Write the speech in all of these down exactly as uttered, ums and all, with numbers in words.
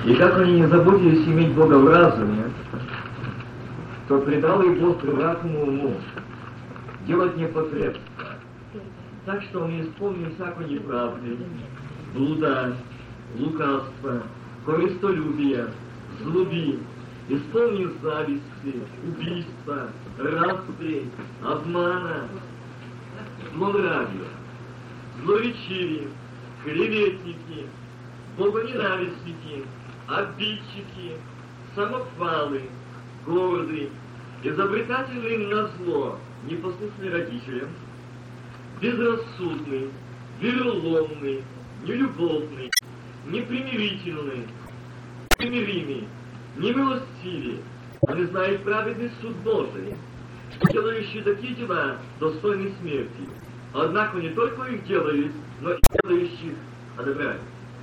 И как они не заботились иметь Бога в разуме, то предал их Бог превратному уму делать непотребство, так что он исполнил всякой неправды, блуда, лукавства, корыстолюбия, злоби, исполнил зависти, убийства, распри, обмана, злонравия, злоречивые, клеветники, богоненавистники, обидчики, самохвалы, гордые, изобретательные на зло, непослушные родителям, безрассудный, вероломный, нелюбовный, непримирительный, непримиримый, немилостивый, он не знает праведный суд Божий, делающие такие дела достойны смерти. Однако не только их делают, но и делающих одобряют.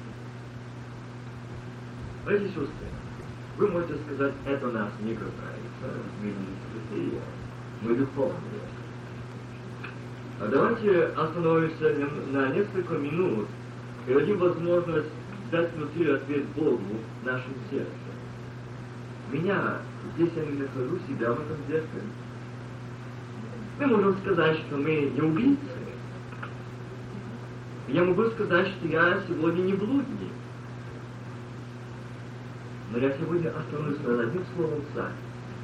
Братья и сестры, вы можете сказать, это нас не касается, мы не святые, мы духовные. А давайте остановимся на несколько минут и дадим возможность дать внутри ответ Богу в нашем сердце. Меня, здесь я не нахожу себя в этом зеркале. Мы можем сказать, что мы не убийцы. Я могу сказать, что я сегодня не блудник. Но я сегодня остановлюсь над одним словом «царь».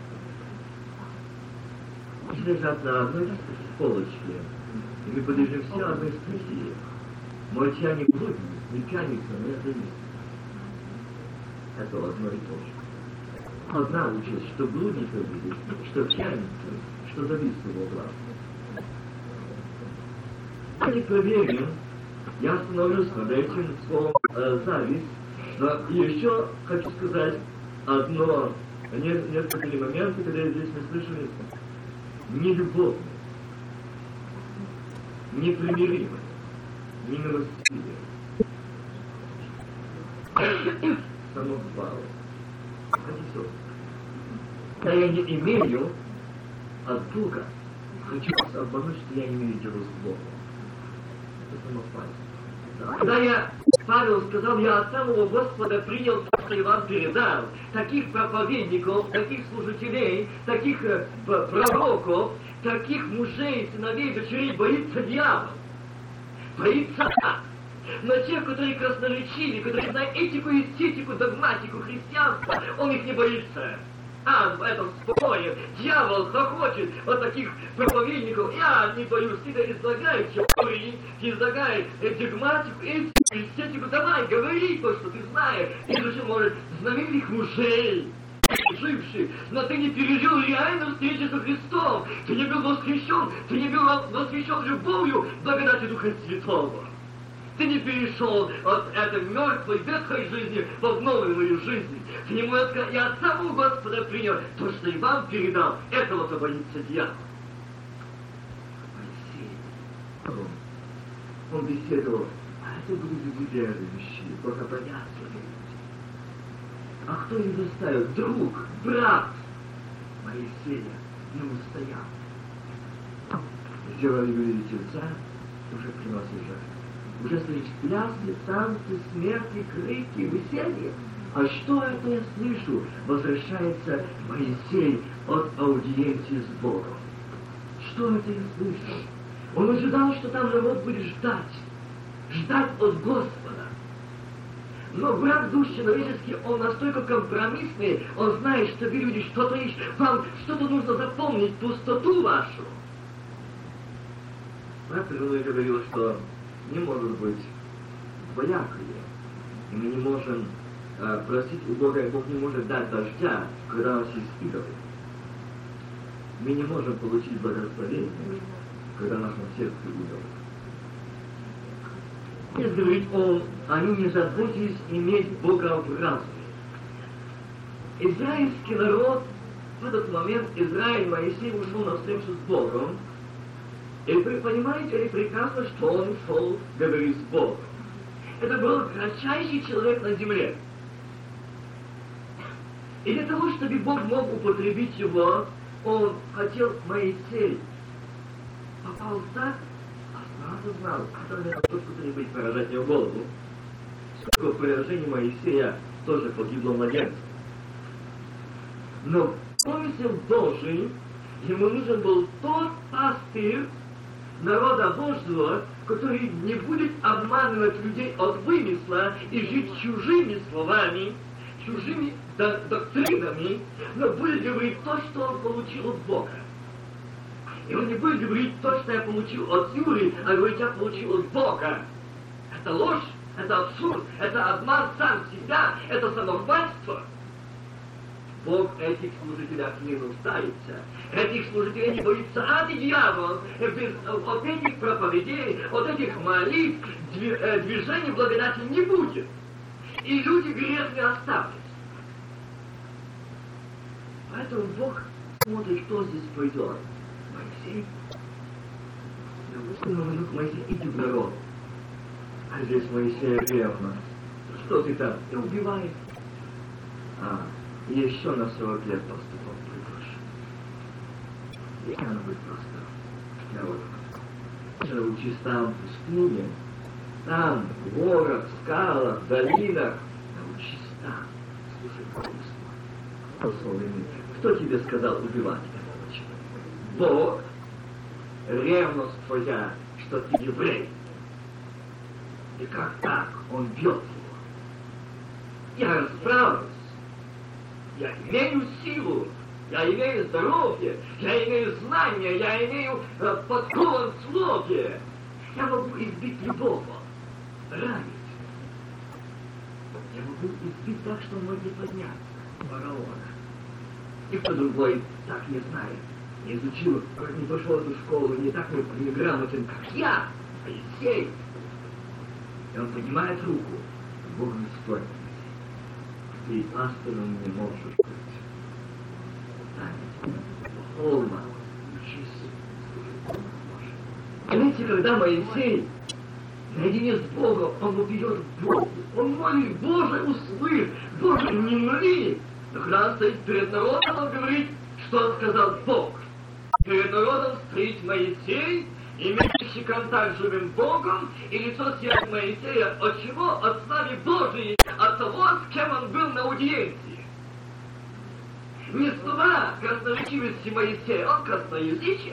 Они лежат на одной полочке, и мы подлежим все одной статье. Мой я не блудник, не пьяница, но это нет. Это одно и то же. Одна участь, что блудника видит, что пьяница, что зависит его глаз. Если проверим, я остановлюсь над этим словом э, «зависть», но еще хочу сказать одно, несколько моментов, когда здесь мы слышали нелюбовность, непримиримость, немилостивие, самохвала. Да я не имею от Бога, хочу вас обмануть, что я имею дело с Богом. Это самохвальство. Когда я, Павел сказал, я от самого Господа принял то, что я вам передал. Таких проповедников, таких служителей, таких э, пророков, таких мужей, сыновей, дочерей боится дьявол. Боится так. Но те, которые красноречивы, которые знают этику, эстетику, догматику христианства, он их не боится. А в этом споре дьявол захочет от таких проповедников. Я не боюсь, ты излагай теории, ты излагай догматику, эстетику, давай, говори то, что ты знаешь. Ты же, может, знаменитых мужей, живших, но ты не пережил реальную встречу со Христом. Ты не был восхищен, ты не был восхищен любовью благодати Духа Святого. Ты не перешел от этой мертвой, ветхой жизни в обновленную жизнь. К нему я сказал, я от самого Господа принял то, что и вам передал. Этого-то боится дьявол. Моисей, он беседовал, а это были верующие, богобоязненные. А кто им заставил? Друг, брат Моисея не устоял. Сделали великий царь, уже приносит жертву. Уже слышишь пляски, танцы, смерти, крики, веселье. А что это я слышу? Возвращается Моисей от аудиенции с Богом. Что это я слышу? Он ожидал, что там народ будет ждать. Ждать от Господа. Но враг душ человеческий, он настолько компромиссный, он знает, что вы люди что-то ищете, вам что-то нужно заполнить, пустоту вашу. Брат Илья говорил, что не может быть двоякое. И мы не можем э, просить у Бога, и Бог не может дать дождя, когда нас испытывает. Мы не можем получить благословение, когда в нашем сердце удел. Здесь говорит он, они не заботились иметь Бога в разуме. Израильский народ, в этот момент Израиль, Моисей ушел на встречу с Богом. И вы понимаете ли прекрасно, что он шел говорить с Богом. Это был кратчайший человек на земле. И для того, чтобы Бог мог употребить его, он хотел Моисей. Попал так, а сразу знал, который тот, который будет поражать его голову. Сколько поражений Моисея тоже погибло младенцев. Но помысел Божий, ему нужен был тот пастырь народа Божьего, который не будет обманывать людей от вымысла и жить чужими словами, чужими доктринами, но будет говорить то, что он получил от Бога. И он не будет говорить то, что я получил от Юрия, а говорить, я получил от Бога. Это ложь, это абсурд, это обман сам себя, это самохвальство. Бог этих служителей не нуждается. Этих служителей не боится ад и дьявол. Без, от этих проповедей, от этих молитв движения благодати не будет. И люди грешные оставят. Поэтому Бог смотрит, кто здесь пойдет. Моисей. Допустим, Моисей, иди в народ. А здесь Моисей ревность. Что ты там? Ты убиваешь. А, еще на сорок лет поступал придешь. И оно будет просто. Я вот учись там в пустыне, там, в горах, скалах, долинах. Научись там. Слушай, пожалуйста. Кто тебе сказал убивать этого человека? Бог, ревность твоя, что ты еврей. И как так он бьет его? Я расправлюсь. Я имею силу, я имею здоровье, я имею знания, я имею э, подкован в слове. Я могу избить любого, ранить. Я могу избить так, что он не подняться. Фараона. Никто другой так не знает, не изучил, не пошел в эту школу, не так не грамотен, как я, Моисей. И он поднимает руку, Бог не стоит. Ты пастором не можешь быть. Встань, холма, учись, служить Божьему. Знаете, когда Моисей наедине с Богом, он убьет Богу, он молит, Боже, услышь, Боже, не моли. Но когда он стоит перед народом, он говорит, что сказал Бог. Перед народом стоит Моисей, имеющий контакт с живым Богом, и лицо сияет Моисея от чего? От славы Божией, от того, с кем он был на аудиенции. Не слова красноречивости Моисея, он красноязычен.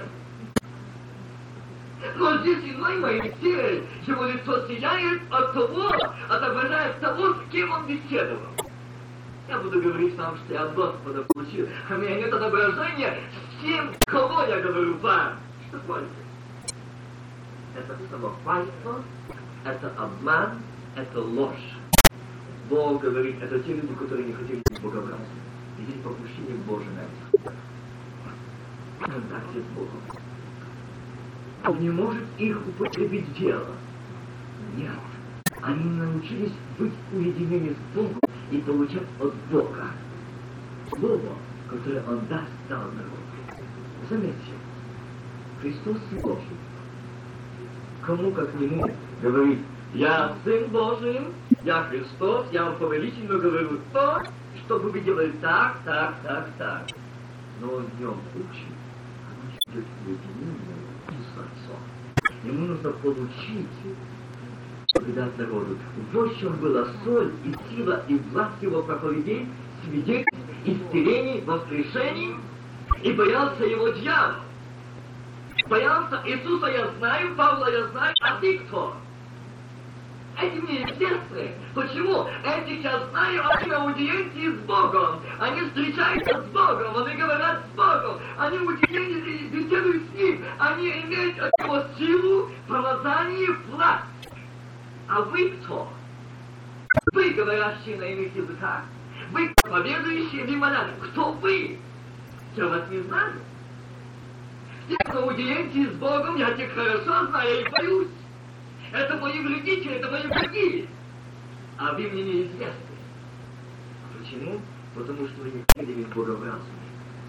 Но здесь иной Моисей, его лицо сияет от того, отображает того, с кем он беседовал. Я буду говорить вам, что я от Господа получил, а у меня нет отображения с тем, кого я говорю вам. Что пользы? Это самохвальство, это обман, это ложь. Бог говорит, это те люди, которые не хотели быть богообразными. И здесь попущение Божие на это. В контакте с Богом. Он не может их употребить в дело. Нет. Они научились быть в уединении с Богом и получать от Бога слово, которое Он даст дал народу. Заметьте, Христос Сын Божий. Кому как нему говорит, я Сын Божий, я Христос, я вам повелительно говорю то, чтобы вы делали так, так, так, так. Но он в нем учит, он учит в уединении с Отцом. Ему нужно получить, придать народу. Вот в чем была соль и сила и власть его проповедей, свидетельств, исцелений, воскрешений, и боялся его дьявол. Боялся Иисуса я знаю, Павла я знаю, а ты кто? Эти мне известны. Почему? Этих я знаю, они на аудиенции с Богом. Они встречаются с Богом, они говорят с Богом. Они в аудиенции беседуют с Ним. Они имеют от Него силу, помазание, власть. А вы кто? Вы, говорящие на иных языках. Вы, проповедующие демонами. Кто вы? Я вас не знаю. Все на аудиенции с Богом, я тех хорошо знаю и боюсь. Это мои вредители, это мои враги. А вы мне неизвестны. Почему? Потому что вы не хотели быть богообразными.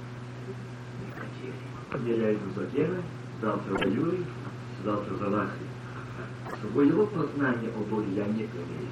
Не хотели. Я иду за Геной, завтра воюю, завтра за Лахой. Своего познания о Боге я не имею.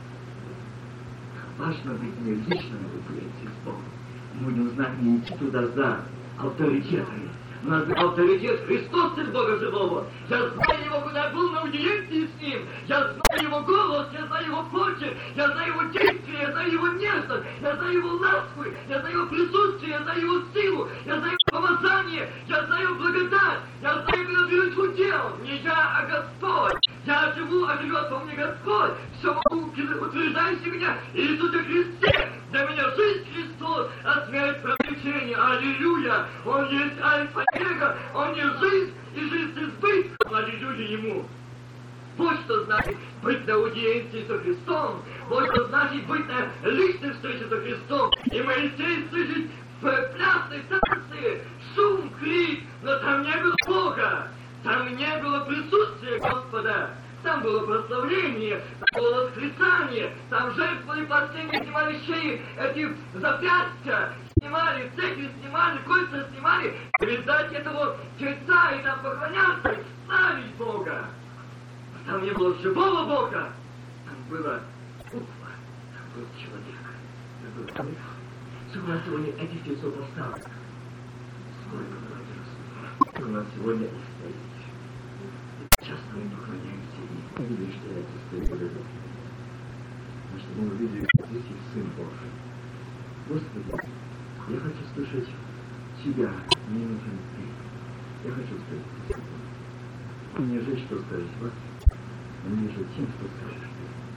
Важно быть не лично на аудиенции с Богом. Мы не знаем не идти туда за авторитетами. У нас авторитет Христос, Сын Бога Живого. Я знаю Его, когда я был на аудиенции с Ним. Я знаю Его голос, я знаю Его почерк, я знаю Его действие, я знаю Его нежность, я знаю Его ласку, я знаю Его присутствие, я знаю Его силу, я знаю Его помазание, я знаю Его благодать, я знаю, когда берет удел. Не я, а Господь. Я живу, а живет во мне Господь. Все могу, утверждайте меня, Иисусе Христе. Для меня жизнь Христос, а смерть привлечение. Аллилуйя. Он есть альфа и омега. Он есть жизнь и жизнь избытка. Аллилуйя Ему. Вот что значит быть на аудиенции со Христом. Вот что значит быть на личной встрече со Христом. И Моисей слышит в плясной станции шум, крик, но там не было Бога. Там не было присутствия Господа. Там было прославление, там было восклицание, там жертвовали последние, снимали шеи, эти запястья, снимали, цепи снимали, кольца снимали, видать этого тельца и там поклоняться, и славить Бога. Там не было живого Бога, там была буква, там был человек, там был человек. Сколько у нас сегодня этих тельцов осталось? Сколько давайте у нас сегодня стоит? Часто мы поклоняемся и видим, что это стоит по любви. Потому что мы увидели, что здесь есть Сын Божий. Господи, я хочу слышать Тебя, не нужен Ты. Я хочу сказать Ты. Мне жаль, что скажешь вас, а мне жаль тем, что скажешь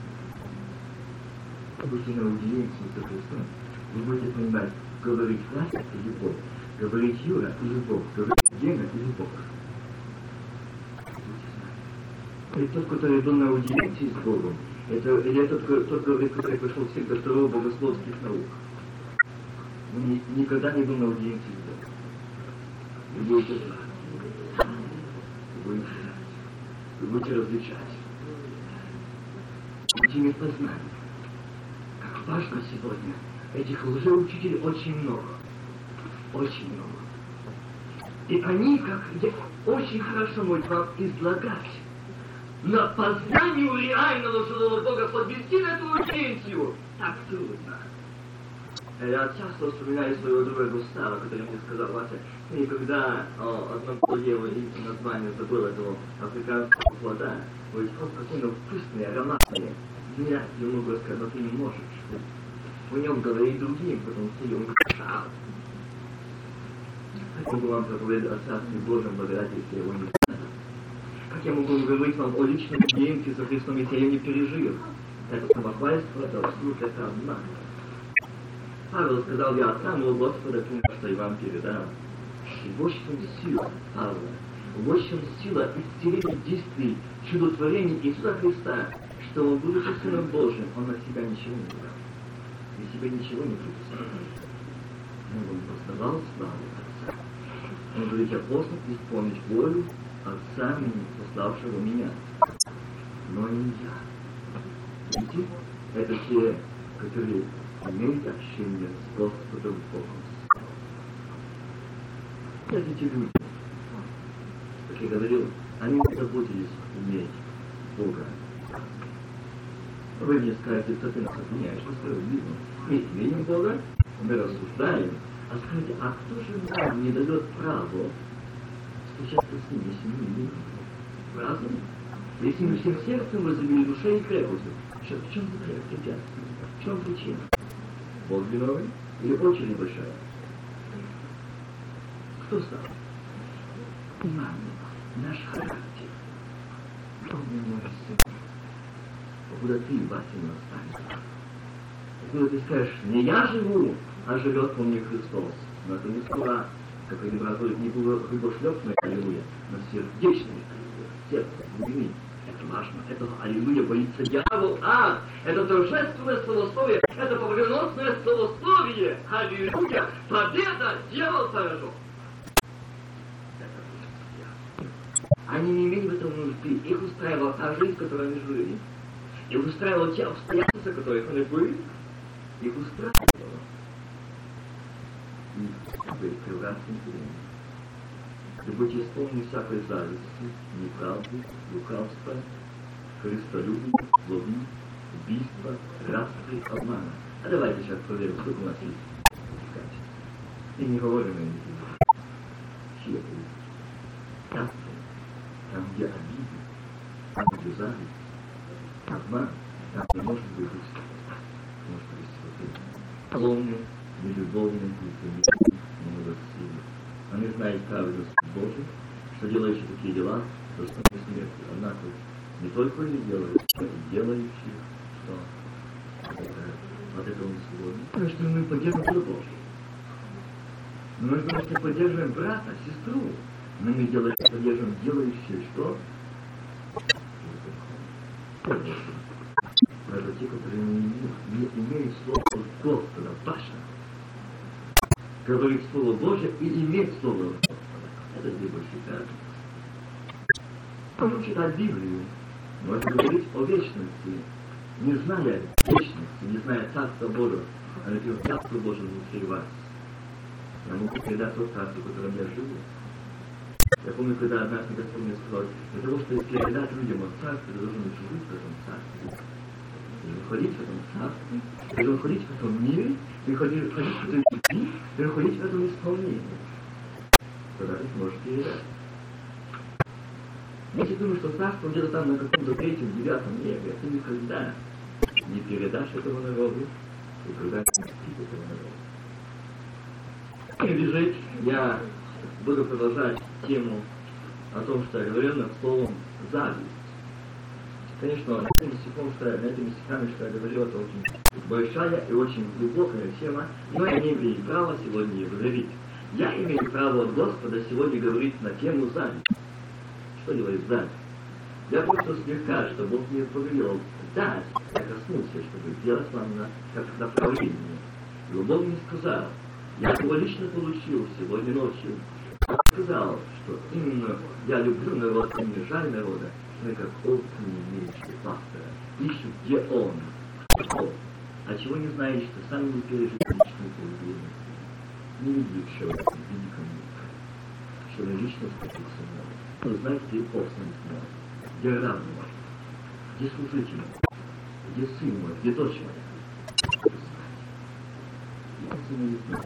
Ты. Будьте на аудиенции со Христом, вы будете понимать, говорить власть или Бог, говорить Юра или Бог, говорить Гена или Бог. И тот, который был на аудиенции с Богом, это, или тот, тот говорит, который пришел в сектор второго богословских наук. Он ни, никогда не был на аудиенции с Богом. Вы будете знать. Вы будете знать. Вы будете различать. Вы будете иметь познание. Как важно сегодня. Этих лжеучителей очень много. Очень много. И они, как очень хорошо могут вам излагать на познанию реального живого Бога, подвести на эту аудиенцию так трудно. Я часто вспоминаю своего друга Густава, который мне сказал: Вася, ты никогда о одном плоде, его название забыл, этого африканского плода. Говорит, он какой он вкусный, ароматный. Я ему говорю, но ты не можешь. В нем говорить другим, потому что он мешал. Как могу вам проповедовать о Царстве Божьем, благодати, если его не знаю? Как я могу говорить вам о личном аудиенции со Христом, если я ее не пережил? Это самохвальство, это услуг, это обман. Павел сказал: я от самого Господа понял, что и вам передал. И вот в чем сила Павла, вот в чем сила исцеления действий, чудотворений Иисуса Христа, что он, будучи Сыном Божьим, он на себя ничего не брал. И себе ничего не приписал. Но он воздавал славу Отца. Он говорит: я послан исполнить волю Отца, пославшего меня. Но не я. Видите? Это те, которые имеют общение с Господом Богом. Эти люди, как я говорил, они не заботились иметь Бога. Вы мне скажете, что ты нас отменяешь, что справедливо. Мы имеем Бога, мы рассуждаем, а скажите, а кто же нам не дает право встречаться с ним, если мы не имеем Бога? Разум? Если мы всем сердцем возлюбили душе и крепостью, в чем закреп, ребят? В чем причина? Бог виновен или очередь большая? Кто стал? Мама, наш характер. Он не может сын. Куда ты, Вася, не останешься? Когда ты скажешь: не я живу, а живет во мне Христос. Но это не слова, как они говорят, не было рыбошлепное аллилуйя, но сердечное аллилуйя. Сердце, глубины. Это важно. Это аллилуйя боится дьявол. А, это торжественное словословие, это победоносное словословие. Аллилуйя, победа, дьявол поражен. Они не имели в этом нужды. Их устраивала та жизнь, в которой они жили. Их устраивало те обстоятельства, в которых они были. Их устраивало. И были превратным временем. И будьте исполнены всякой зависти, неправды, лукавства, христолюбия, злобы, убийства, распри, обмана. А давайте сейчас проверим, сколько у нас есть. И не говорим о них. Чьи это? Там, там, где обиды, там, где зависть, обман, там не может быть русского, может быть святым. Ломный, нелюбовный, непримирительный, немилосердный. Он не знает правды Божьей, что делающие такие дела, то что не смерть. Однако не только не делают, но и делающие, что от этого не свободны. Потому что мы поддерживаем любовь. Но мы просто поддерживаем брата, сестру. Но мы делаем, поддерживаем делающие что? Это те, которые не, не имеют слова Господа, Паша. Говорит Слово Божие и иметь Слово Господа. Это где больше так. Можно читать Библию, можно говорить о вечности, не зная вечности, не зная Царства Божьего, а например, Царство Божие внутри вас. Я могу передать то царство, в котором я живу. Я помню, когда однажды Господь мне сказал, для того, чтобы передать людям о царстве, ты должен жить в этом царстве. Ты должен ходить в этом царстве, ты должен ходить в этом мире, ты ходить, ходить в этой любви, ты должен ходить в этом исполнении. Тогда ты сможешь передать. Если ты думаешь, что царство где-то там на каком-то третьем, девятом небе, ты никогда не передашь этому народу, и когда не достиг этого народа. Бежит, я буду продолжать тему о том, что я говорил над словом «зависть». Конечно, на этими стихом, что, на этими стихами, что я говорил, это очень большая и очень глубокая тема, но я не имею права сегодня ее говорить. Я имею право от Господа сегодня говорить на тему «зависть». Что делает зависть? Я просто слегка, что Бог мне повелел дать, я коснулся, чтобы сделать вам на, как направление. И Бог мне сказал, я его лично получил сегодня ночью. Он сказал, что именно я люблю народ, и не жаль народа, но как овцы не имеющие пастора. Ищут, где он. Кто? А чего не знаешь, что сам не пережил личную поведение. Не видит, что в великом мире. Что он лично спустился в море. Но знаете, где посланник мой, где раб мой, где служитель мой, где сын мой, где дочь моя. Я не знаю.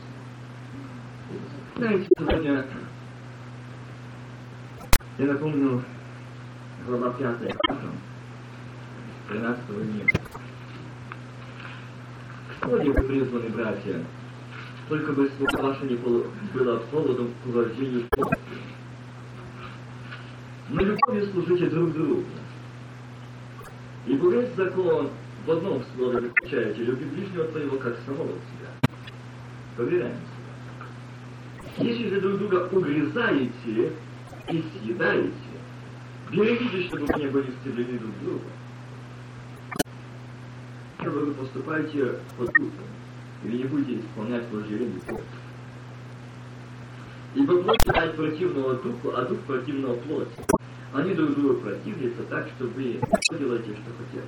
Знаете, сегодня я напомню глава пятая, тринадцатого дня. Сегодня вы призваны, братья, только бы слово ваше не было поводом к урождению плоти. Но любовью служите друг другу. Ибо весь закон в одном слове заключаете: люби ближнего твоего, как самого себя. Проверяем себя. Если же друг друга угрызаете и съедаете, берегите, чтобы вы не были истреблены друг друга. Когда вы поступаете по духу, или не будете исполнять вожделение плоти. Ибо плоть знает противного духу, а дух противного плоти. Они друг другу противятся так, что вы делаете, что хотели.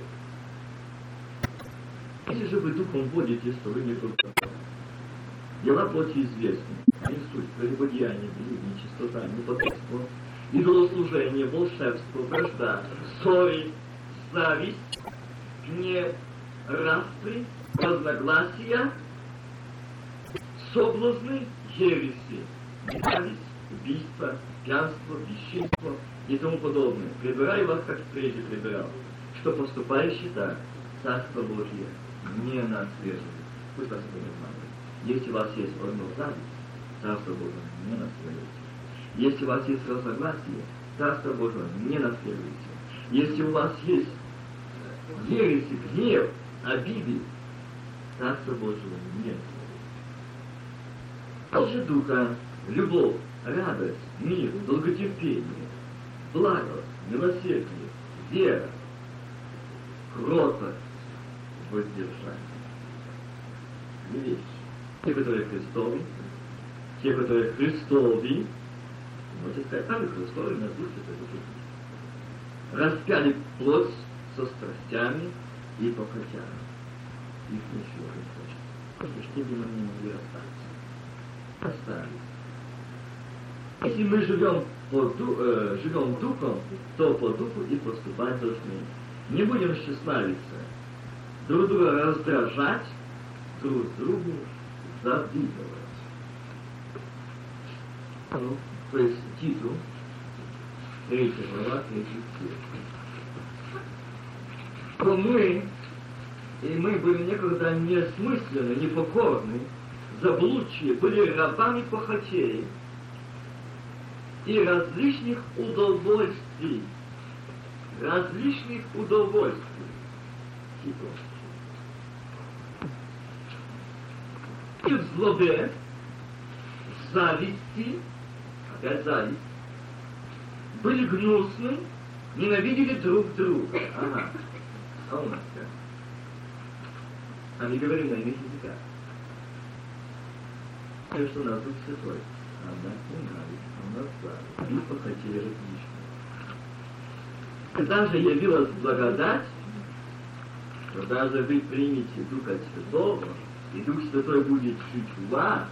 Если же вы духом водитесь, то вы не только. Дела плоти известны. Они суть: прелюбодеяние, нечистота, непотребство, идолослужение, волшебство, вражда, ссоры, зависть, гнев, распри, разногласия, соблазны, ереси, ненависть, убийство, пьянство, бесчинство и тому подобное. Прибирай вас, как прежде прибирал, что поступающий так, Царство Божье не наследует. Пусть вас это не знает. Если у вас есть одно зависть, Царство Божие не наследуете. Если у вас есть разногласие, Царство Божие не наследуете. Если у вас есть ереси, гнев, обиды, Царство Божие не наследуете. Тот же Духа, любовь, радость, мир, долготерпение, благость, милосердие, вера, кротость, воздержание. Две вещи. Те, которые Христовы, те, которые Христовы, можете сказать, там и Христовы, на душе это будет. Распяли плоть со страстями и похотями. Их ничего не хочет. Потому что тебе мы не могли остаться. Остались. Если мы живем, по, э, живем духом, то по духу и поступать должны. Не будем тщеславиться, друг друга раздражать, друг другу завидовать. Ну, то есть Титу, Третья глава, третий стих. То мы, и мы были некогда несмысленны, непокорны, заблудшие, были рабами похотей и различных удовольствий. Различных удовольствий. Типа. И в злобе, зависти, опять зависть, были гнусны, ненавидели друг друга. Ага. А у нас как? А мы говорим на иных языках. И что у нас тут святой. А у нас не нравится, а у нас слава. И похотели различно. Когда же явилась благодать, когда же вы примете Духа Святого, и Дух Святой будет жить в вас,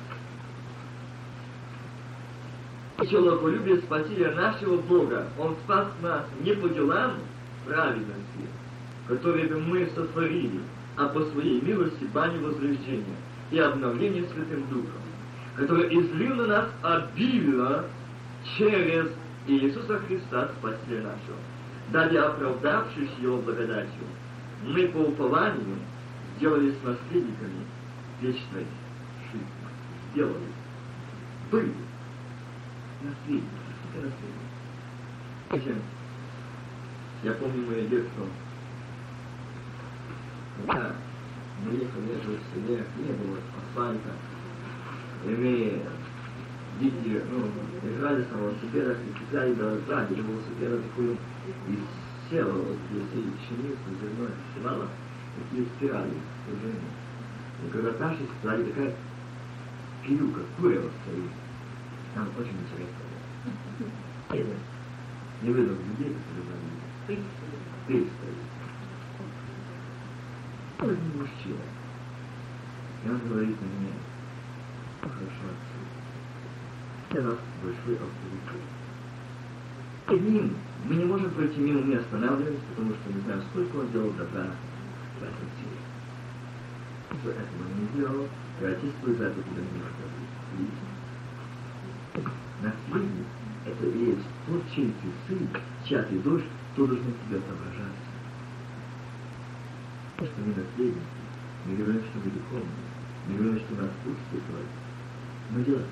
человеколюбие Спасителя нашего Бога, Он спас нас не по делам праведности, которые бы мы сотворили, а по своей милости бани возрождения и обновления Святым Духом, который излил на нас обильно через Иисуса Христа, Спасителя нашего, дабы, оправдавшись Его благодатью, мы по упованию сделались наследниками вечной жизни. Сделались. Были. Наследники. Это наследники. Я помню мое детство. Когда мы ехали в селе, не было асфальта. И мы, дети, ну, играли с велосипедах и цепляли до сзади велосипеда такую и села, вот если пшеницу, зерно севала, такие спирали движения. И когда наши сзади такая пилюка, курева стоит. Там очень интересно. Не видно людей, которые там есть. Ты стоит. Он не мужчина. И он говорит мне, хорошо, отцы. Для нас большой авторитет. И ним мы не можем пройти мимо, не останавливаясь, потому что не знаем, сколько он делал добра в этом теле. Кто этого не делал, и отец твой за это тебя не может. Видите? Наследник — это и есть тот, чей ты сын, чья ты дочь, кто должен тебя отображаться. То, что мы наследники, мы говорим, что мы духовные, мы говорим, что нас Дух Святой, но делать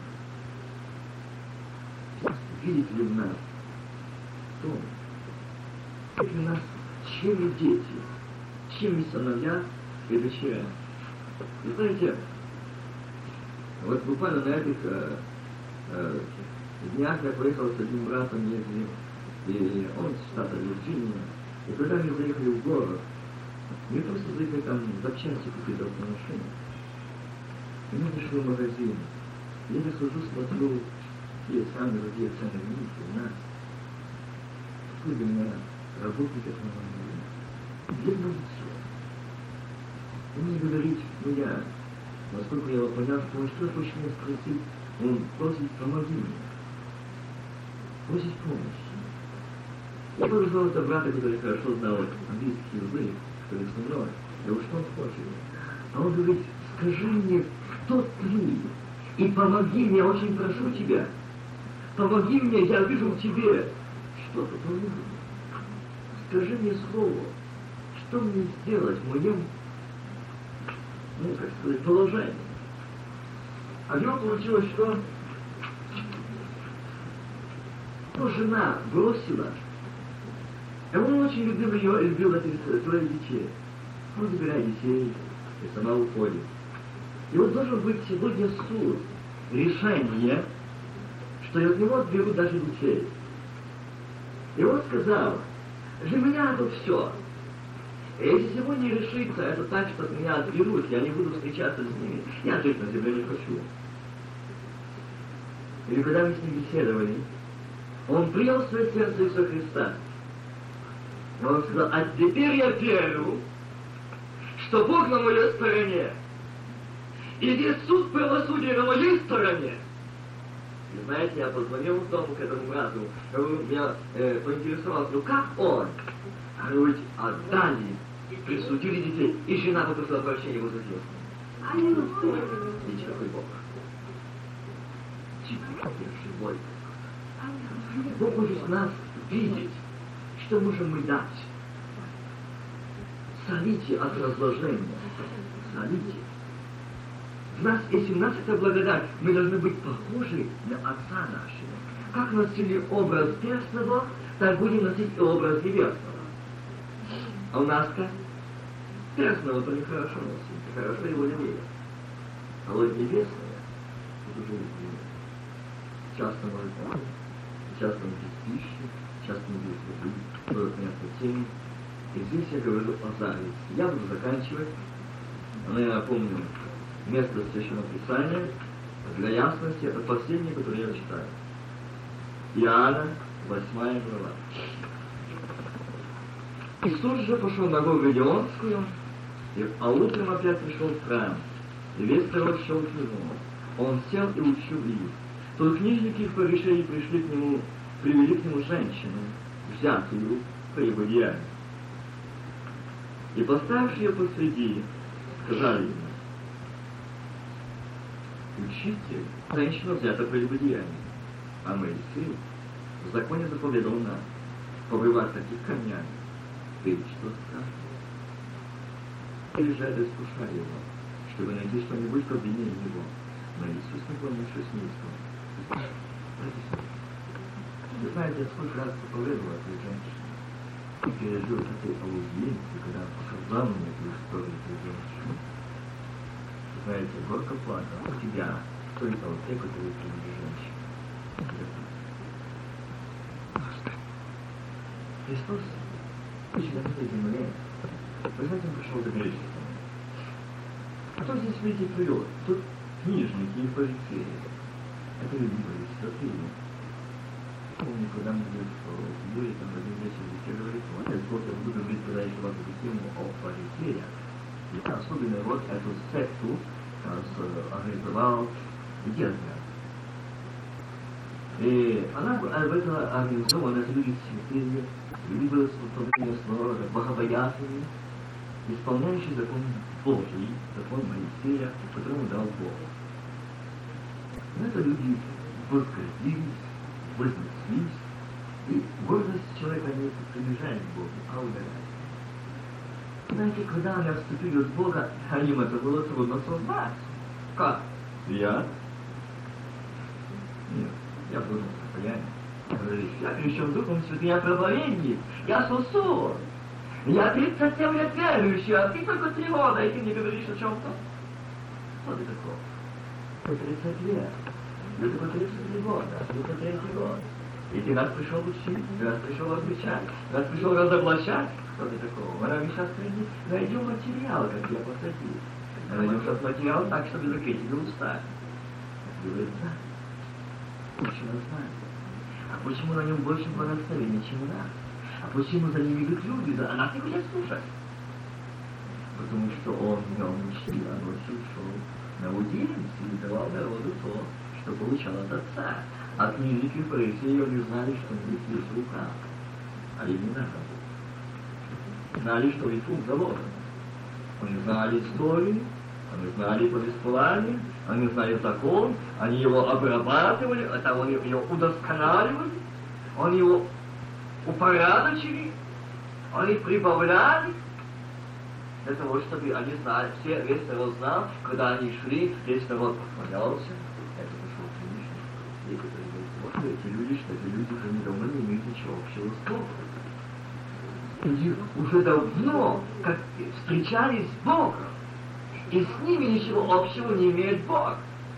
его. Видите ли в нас том, видите ли в нас, чем мы дети, чем мы сыновья и дочеря. И знаете, вот буквально на этих э, э, днях я поехал с одним братом, ездил, и он из штата Вирджиния, и когда мы заехали в город, мы просто заехали там запчасти купить автомашину. И мы пришли в магазин. Я захожу, смотрю, какие самые другие цены в них, у нас. Какой для меня работник этого магазина. Бедно лицо. И мне говорит, ну я, насколько я его понял, что он что хочет меня спросить, он просит, помоги мне. Просит помощи. Я подошел до брата, который хорошо знал английский язык, который со мной. Я уж что он хочет. А он говорит, скажи мне, кто ты? И помоги мне, очень прошу тебя. Помоги мне, я вижу в тебе что-то. Помоги. Скажи мне слово, что мне сделать в моем, ну, как сказать, положении. А у него получилось, что ну, жена бросила. И он очень любил ее и любил этих своих детей. Он забирает детей и сама уходит. И вот должен быть сегодня суд, решение, что от него отберут даже детей. И он сказал, для меня тут все. И если сегодня решится это так, что от меня отберут, я не буду встречаться с ними, я жить на земле не хочу. И когда мы с ним беседовали, он принял в свое сердце Иисуса Христа. И он сказал, а теперь я верю, что Бог на моей стороне. И здесь суд правосудия на моей стороне. И знаете, я позвонил в дом к этому брату, я э, поинтересовался, ну как он? А говорит, отдали, присудили детей, и жена попросила прощения его за злость. Видите, какой Бог. Живой. Бог хочет нас видеть, что можем мы дать. Солите от разложения. Солите. В нас, если у нас это благодать, мы должны быть похожи на Отца нашего. Как носили образ перстного, так будем носить и образ небесного. А у нас как? Перстного то нехорошо носить, хорошо его любили. А вот небесное, это уже любили. Часто может быть, часто без пищи, часто без воды, будут место тени. И здесь я говорю о зависти. Я буду заканчивать, но я напомню место Священного Писания для ясности. Это последнее, которое я читаю. Иоанна, восьмая глава. Иисус же пошел на гору Галилеонскую, а утром опять пришел в храм, и весь народ шел к нему. Он сел и учил их. Тут книжники и фарисеи пришли к нему, привели к нему женщину, взятую по его деянию. И поставивши ее посреди, сказали ему: Учитель, женщина взята по его деянию, а Моисей в законе заповедал нам побивать таких камнями. Ты что скажешь? Или же искушали его, чтобы найти что-нибудь по обвинению его. Но Иисус, наклонившись низко, вы знаете, сколько раз проповедовал этой женщине и пережил такой аудиенции, когда он показал мне эту историю этой женщины. Вы знаете, горько плакал у тебя, кто это вот те, которые привели женщину. Христос, очень на этой земле, вы знаете, он пришел за грешниками. А кто здесь, видите, привел? Тут книжники и фарисеи. Это люди были святые. Помню, когда мы были там в один вечер, где говорит, вот я сколько буду говорить, когда еще вас объясню о фарисеях. И особенно вот эту секту организовал Герман. И она в это организована, это люди святые, люди были способны слова, богобоязненные, исполняющие закон Божий, закон Моисея, которому дал Бог. Но это люди возгордились, вознеслись, и гордость человека не приближает к Богу, а удаляет. Знаете, когда они отступили от Бога, им это было трудно сознать. Как? Я? Нет, я был на состоянии. Я крещен Духом Святым, я проповедник, я сосуд. Я тридцать семь лет верующий, а ты только три года, и ты мне говоришь о чем-то? Что ты такое? тридцать лет. Ты только тридцать три года, только третий год. И ты раз пришел учить, ты раз пришел отвечать, раз пришел разоблачать. Что ты такого? Мы нами сейчас найдем материал, как я посадил. Мы найдем сейчас материал так, чтобы закрыть тебе уста. Говорит, да. Почему знает? А почему на нем больше благословения, чем у нас? А почему за ним идут люди, да? А нас не хотят слушать. Потому что он днем учил, а ночью шел на аудиенции и давал народу то, что получал от Отца. А книжники и фарисеи не знали, что у них есть рука, а им не надо. Знали, что их ум заложен. Они знали историю, они знали повествование, они знали закон, они его обрабатывали, это они его удосконаливали, они его упорядочили, они прибавляли, для того, чтобы они знали, все, весь народ знал, когда они шли, весь народ поклонялся. Это пошел книжник. И которые говорят, вот эти люди, что эти люди уже недавно не имеют ничего общего с Богом. Люди уже давно как встречались с Богом, и с ними ничего общего не имеет Бог.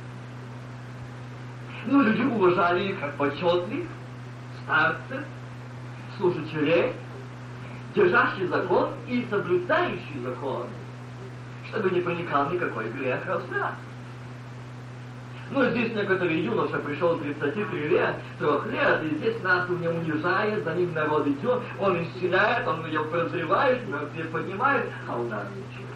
Но люди уважали их как почетных, старцев, служителей, держащий закон и соблюдающий закон, чтобы не проникал никакой грех разврат. Ну, здесь некоторый юноша пришел тридцати трёх лет, и здесь нас у него унижает, за ним народ идет, он исцеляет, он ее прозревает, мертвые поднимает, а у нас ничего.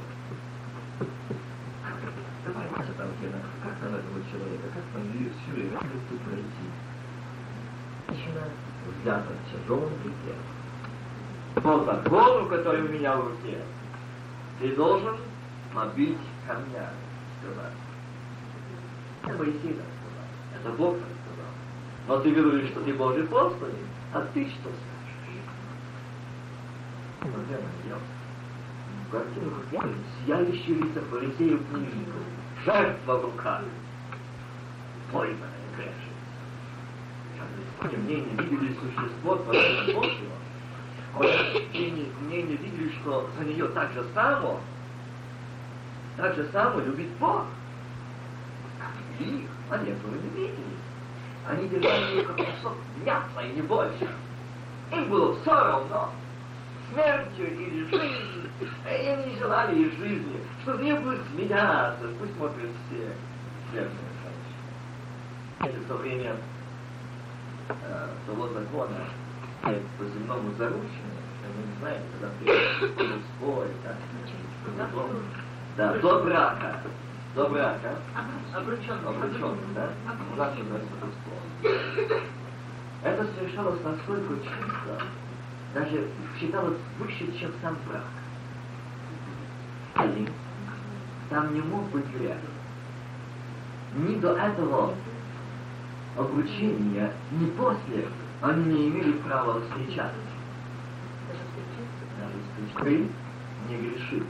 Давайте там, как там этого человека, как там все время тут пройти? Женщина взята в тяжелом грехе. По закону, который у меня в руке, ты должен побить камнями, сказать. Это Моисей так сказал, это Бог так сказал. Но ты говоришь, что ты Божий посланник, а ты что скажешь? Проблема дело. Картину какую сияющие лица фарисеев книжников, жертва в руках, пойманная грешница. В ней не видели существо Творца Божьего, в ней не видели, что за нее так же само, так же само любит Бог. И их, они этого не видели. Они держали ее как кусок мяса и не больше. Им было все равно, смертью или жизнью. И они не желали ей жизни, что в ней будет смеяться, пусть смотрят все верные женщины. Это в то время э, того закона по земному заручению, вы не знаете, когда приходит спор, так, да, до брака, до брака, обрученный, обрученный, да, у нас называется спор. Это совершалось настолько чисто, даже считалось выше, чем сам брак. Один там не мог быть грех. Ни до этого обручения, ни после они не имели права встречаться. Даже встречи не грешить.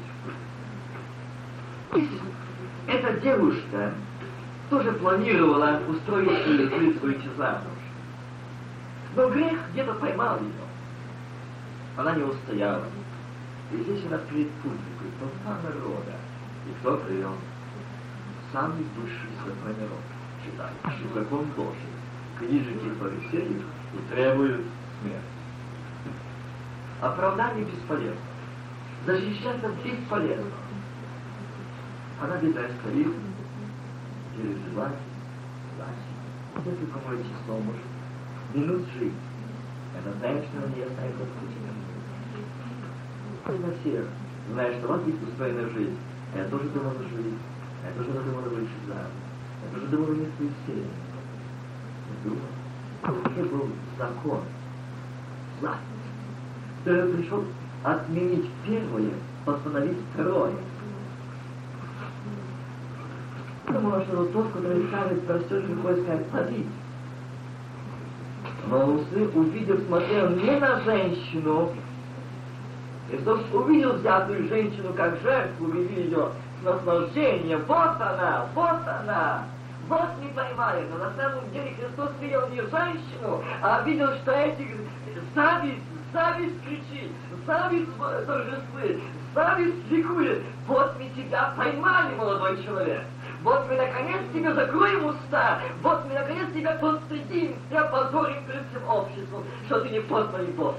Эта девушка тоже планировала устроить или выйти замуж. Но грех где-то поймал ее. Она не устояла. И здесь она перед публикой, толпа народа. И кто прием? Самый высший святой народ, читающий закон Божий, книжники фарисеев и требуют смерти. Оправдание бесполезно. Защищаться бесполезно. Она беда стоит, переживает, плачет. Если кому-то число может, минут жить. Это значит, что он не останется в пути. На всех. Знаешь, что у вас есть устроенная жизнь. А я тоже думала жить. А я тоже думала выйти замуж. Я тоже думала иметь свою семью. Я думала, это был закон. Власть. Который пришел отменить первое, постановить второе. Я думала, что вот тот, который скажет, простешь, выходит сказать, побить. Но Усы, увидев, смотрел не на женщину. Христос увидел взятую женщину как жертву, увидел ее с наслаждением. Вот она, вот она. Вот не поймали. Но на самом деле Христос видел не женщину, а видел, что эти зависть, зависть кричит, зависть торжествует, зависть ликует. Вот мы тебя поймали, молодой человек. Вот мы наконец тебе закроем уста, вот мы наконец тебя подстыдим, тебя позорим перед всем обществом, что ты не посланный Бог.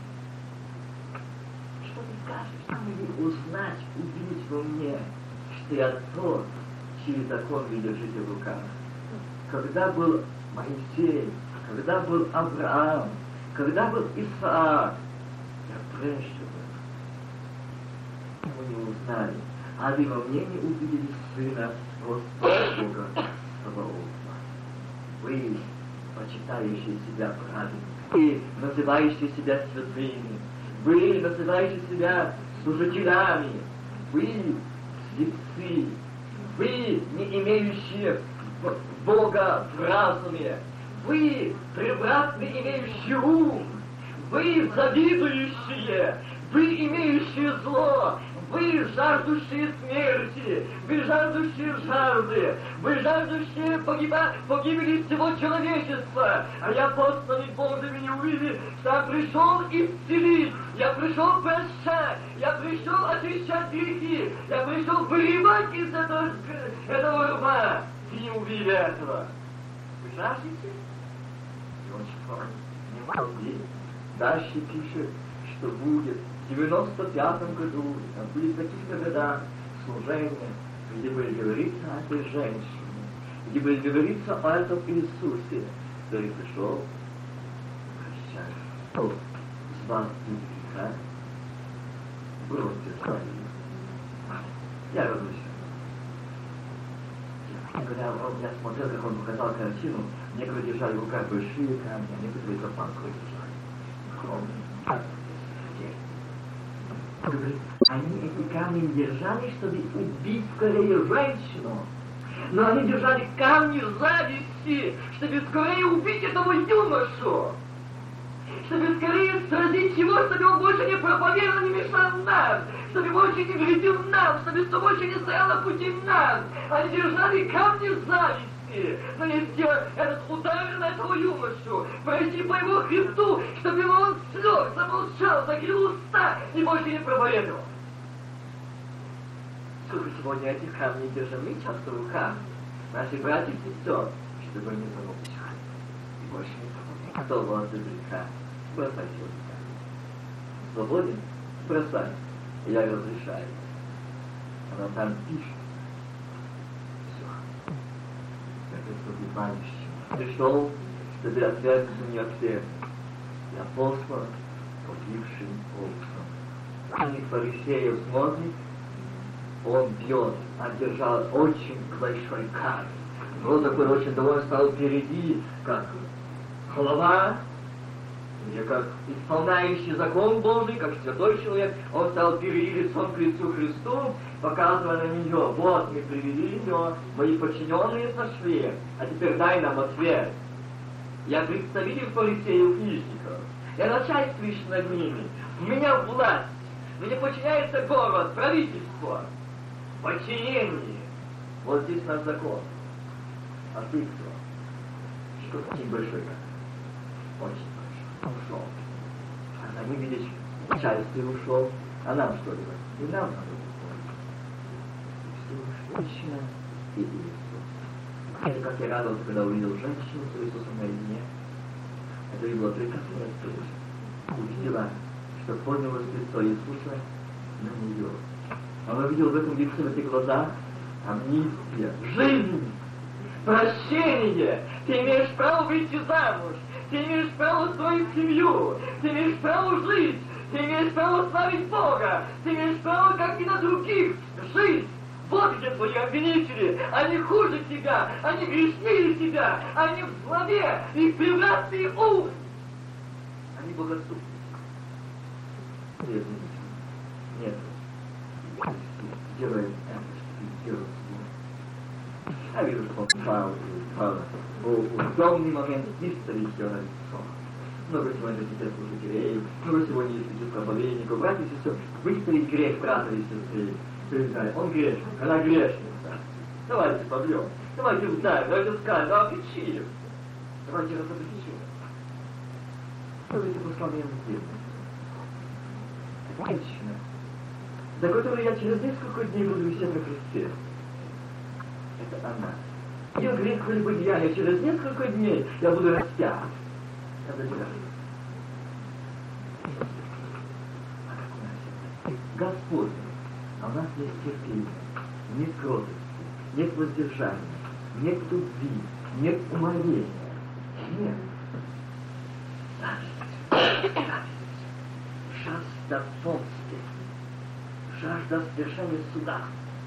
Что ты скажешь? Что мне узнать, увидеть во мне, что я тот, чей закон вы держите в руках? Когда был Моисей, когда был Авраам, когда был Исаак, я прежде был. Вы не узнали, а вы во мне не увидели Сына Господа Бога Саваофа. Вы, почитающие себя праведными, вы, называющие себя святыми, вы, называющие себя служителями, вы, слепцы, вы, не имеющие Бога в разуме, вы, превратно имеющие ум, вы, завидующие, вы, имеющие зло, вы, жаждущие смерти, вы, жаждущие жажды, вы, жаждущие погиба, погибели всего человечества. А я посланный Богом не увидел, что я пришел исцелить, я пришел прощать, я пришел очищать грехи, я пришел выливать из этого, этого рва. Вы не увидели этого. Вы жаждете? И он что? Не могли. Дальше пишет, что будет в девяносто пятом году, там будет в каких-то годах служения, где будет говориться о этой женщине, где будет говориться о этом Иисусе, который пришел прощать. Кто с вас не греха, бросьте свои. Я разрешаю. Когда я смотрел, как он показал картину, некоторые держали в руках большие камни, а некоторые за панку держали. Огромные. Говорит, они эти камни держали, чтобы убить скорее женщину. Но они держали камни зависти. зависти, чтобы скорее убить этого юношу, чтобы скорее сразить его, чтобы он больше не проповедовал, не мешал нам, чтобы больше не вредил нам, чтобы что больше не стоял на пути нам. Они держали камни зависти, нанести этот удар на этого юношу, пройти по его хребту, чтобы его он слег, замолчал, закрыл уста и больше не проповедовал. Сколько сегодня этих камней держим мы часто в руках, наши братья и сестры, чтобы они замолчали и больше не проповедовали. Кто вас из греха? Бросайте его греха. Свободен? Бросай. Я разрешаю. Она там пишет. Все. Это понимающий. Пришел, чтобы отвергнуть у нее ответ. Я послан погибшим овцам. А фарисеев смотрит, он бьет, одержал очень большой камень. Вот такой очень довольно стал впереди, как голова, или как исполняющий закон Божий, как святой человек, он стал впереди лицом к лицу Христу, показывая на нее: вот мы привели ее, мои подчиненные сошли, а теперь дай нам ответ. Я представитель фарисеев книжников, я начальствующий над ними, у меня власть, мне подчиняется город, правительство, подчинение. Вот здесь наш закон. А ты кто? Что очень большой как? Очень большой. Ушел. А за ним, видишь, начальство ушел. А нам что делать? И нам надо уходить. Все женщина и Иисус. Это как я радовался, когда увидел женщину с Иисусом наедине. Это и было прекрасное тоже. Увидела, что поднялось лицо Иисуса на нее. Он увидел в этом лице, в этих глазах амнистия, жизнь, прощение. Ты имеешь право выйти замуж, ты имеешь право строить семью, ты имеешь право жить, ты имеешь право славить Бога, ты имеешь право, как и на других, жить. Вот где твои обвинители, они хуже тебя, они грешнее тебя, они в славе, их превратный ум. Они богословы. Нет, нет. Делает это, что делает его. А вижу, что он пал, пал. В темный момент выставить все на лицо. Много сегодня детей служителей, много сегодня есть детей проповедников, братья и сестры. Выставить грех брата и сестры. Он грешник, она грешница. Давайте побьем, давайте ударим, давайте скажем, давайте печи. Давайте разопечим. Давайте посланием сделаем. Женщина, за которую я через несколько дней буду висеть на кресте. Это она. Ее грех или деяния через несколько дней я буду распят. Это тебя. А как у нас это? Господь, а у нас есть терпение, нет кротости, нет воздержания, нет любви, нет умоления. Нет. Зависть. Зависть. Жажда помсти. Жажда свершения суда.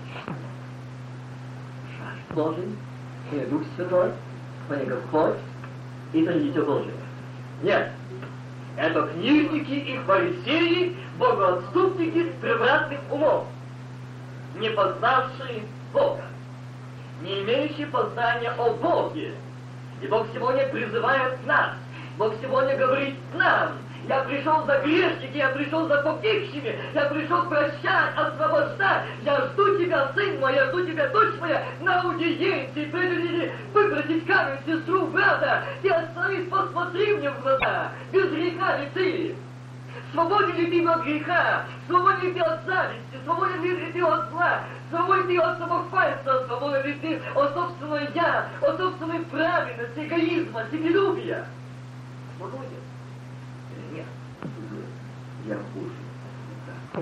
Жажда Божий, и Дух Святой, и Господь, и это Дитя Божие. Нет, это книжники и фарисеи, богоотступники с превратным умом, не познавшие Бога, не имеющие познания о Боге. И Бог сегодня призывает нас, Бог сегодня говорит нам: я пришел за грешники, я пришел за погибшими, я пришел прощать, освобождать. Я жду тебя, сын мой, я жду тебя, дочь моя, на аудиенции, прежде выбросить камень сестру, брата. Ты остановись, посмотри мне в глаза. Без греха ли ты? Свободен ли ты от греха? Свободен ли ты от зависти? Свободен ли ты от зла? Свободен ли ты от самохвальства? Свободен ли ты от собственного я, от собственной праведности, эгоизма, себелюбия? Свободен? Нет, я хуже.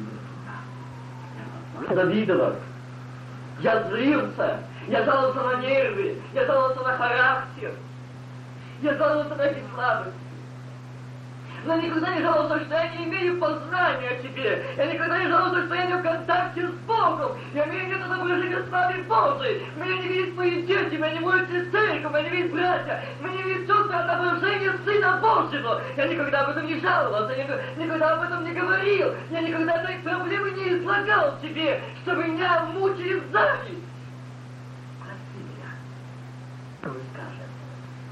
Я завидовал, я злился, я жаловался на нервы, я жаловался на характер, я жаловался на эти слабости. Но никогда не жаловался, что я не имею познания о тебе. Я никогда не жаловался, что я не в контакте с Богом. Я имею нет отображения славы Божией. Меня не видят мои дети, меня не молятся церковь, меня не видят братья. Меня не видят сестры отображение Сына Божьего. Я никогда об этом не жаловался, я никогда об этом не говорил. Я никогда этой проблемы не излагал тебе, чтобы меня мучили зависть. Прости меня. Что вы скажете?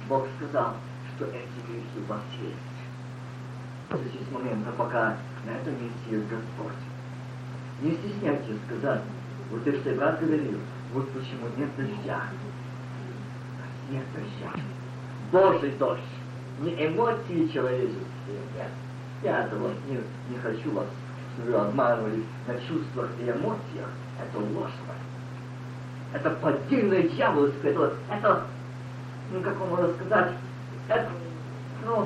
Бог сказал, что эти грехи у вас есть. Дождитесь с момента, пока на этом месте есть Господь. Не стесняйтесь сказать, вот и что брат говорил, вот почему нет дождя. Нет дождя. Божий дождь. Не эмоции человеческие. Нет. Я этого не, не хочу вас, чтобы вы обманывали на чувствах и эмоциях. Это ложь. Это поддельное дьявольское. Это, это, ну как вам можно сказать, это, ну,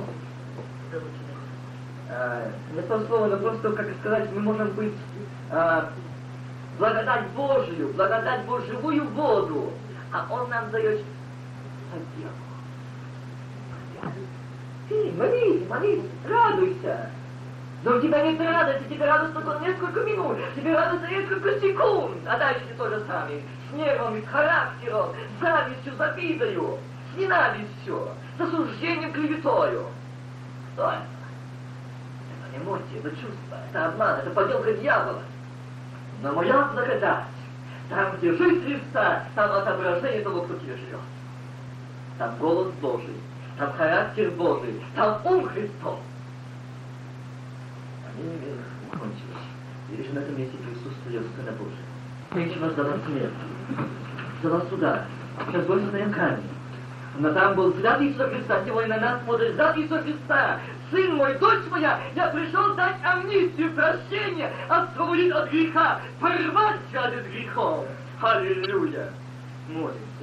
э, не то слово, но просто, как сказать, мы можем быть э, благодать Божию, благодать Божию, живую воду, а Он нам дает подделку. Ты, молись, молись, радуйся. Но у тебя нет радости, тебе радость только несколько минут, тебе радость несколько секунд, а дальше то же самое. С нервами, с характером, с завистью, с обидою, с ненавистью, с осуждением, клеветою. Что это? Это эмоции, это чувство, это обман, это подделка дьявола. Но моя благодать, там, где жизнь Христа, там отображение того, кто тебе живет. Там голос Божий, там характер Божий, там ум Христов. Они кончились. И лишь на этом месте присутствует Сына Божия. Нечего сдавать смерти. Сдавать суда. Сейчас больше на камень. Но там был взгляд Иисуса Христа. Сегодня на нас смотрит взгляд Иисуса Христа. Сын мой, дочь моя, я пришел дать амнистию, прощение, освободить от греха, порвать связь с грехом. Аллилуйя. Молимся.